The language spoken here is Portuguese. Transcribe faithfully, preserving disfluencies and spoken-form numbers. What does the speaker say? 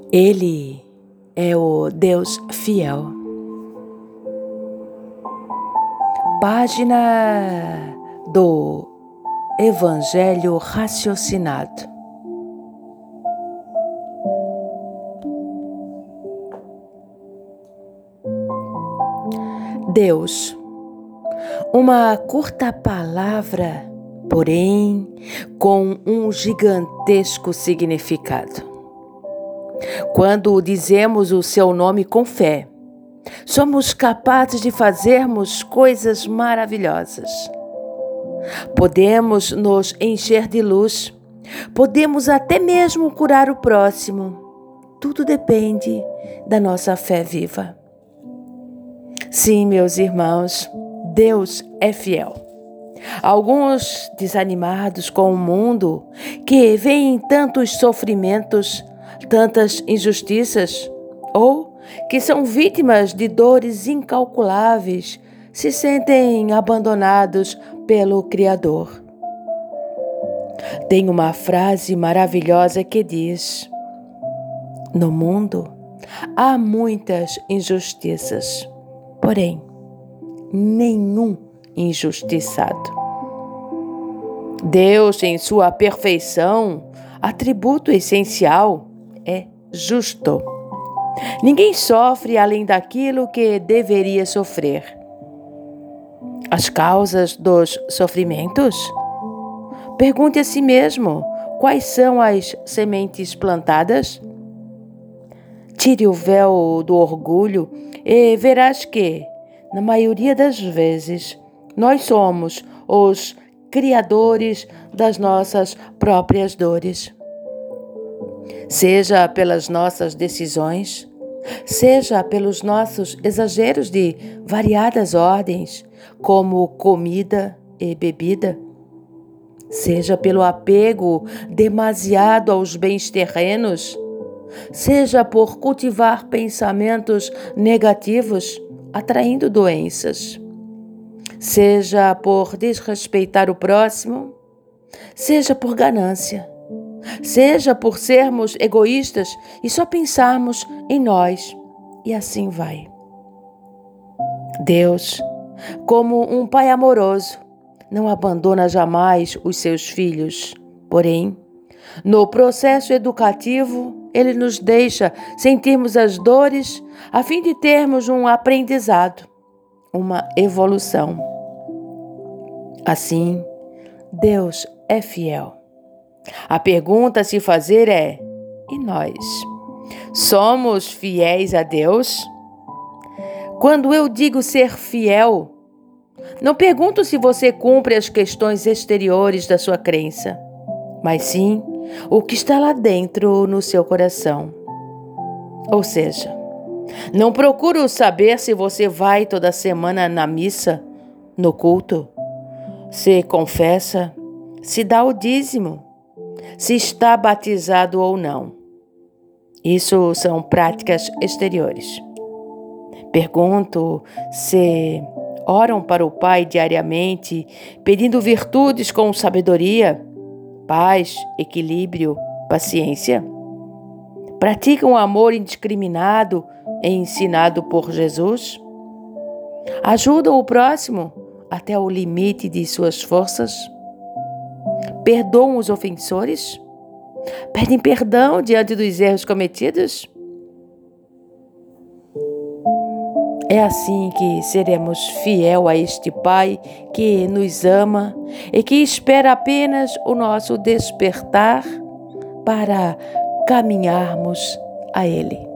Ele é o Deus fiel. Página do Evangelho raciocinado. Deus, uma curta palavra, porém com um gigantesco significado. Quando dizemos o seu nome com fé, somos capazes de fazermos coisas maravilhosas. Podemos nos encher de luz, podemos até mesmo curar o próximo. Tudo depende da nossa fé viva. Sim, meus irmãos, Deus é fiel. Alguns desanimados com o mundo, que veem tantos sofrimentos, tantas injustiças, ou que são vítimas de dores incalculáveis, se sentem abandonados pelo Criador. Tem uma frase maravilhosa que diz: no mundo há muitas injustiças, porém nenhum injustiçado. Deus, em sua perfeição, atributo essencial, é justo. Ninguém sofre além daquilo que deveria sofrer. As causas dos sofrimentos? Pergunte a si mesmo quais são as sementes plantadas. Tire o véu do orgulho e verás que, na maioria das vezes, nós somos os criadores das nossas próprias dores. Seja pelas nossas decisões, seja pelos nossos exageros de variadas ordens, como comida e bebida, seja pelo apego demasiado aos bens terrenos, seja por cultivar pensamentos negativos, atraindo doenças, seja por desrespeitar o próximo, seja por ganância, seja por sermos egoístas e só pensarmos em nós, e assim vai. Deus, como um pai amoroso, não abandona jamais os seus filhos. Porém, no processo educativo, Ele nos deixa sentirmos as dores a fim de termos um aprendizado, uma evolução. Assim, Deus é fiel. A pergunta a se fazer é: e nós? Somos fiéis a Deus? Quando eu digo ser fiel, não pergunto se você cumpre as questões exteriores da sua crença, mas sim o que está lá dentro no seu coração. Ou seja, não procuro saber se você vai toda semana na missa, no culto, se confessa, se dá o dízimo, se está batizado ou não. Isso são práticas exteriores. Pergunto se oram para o Pai diariamente, pedindo virtudes com sabedoria, paz, equilíbrio, paciência. Praticam o amor indiscriminado ensinado por Jesus? Ajudam o próximo até o limite de suas forças? Perdoam os ofensores? Pedem perdão diante dos erros cometidos? É assim que seremos fiel a este Pai que nos ama e que espera apenas o nosso despertar para caminharmos a Ele.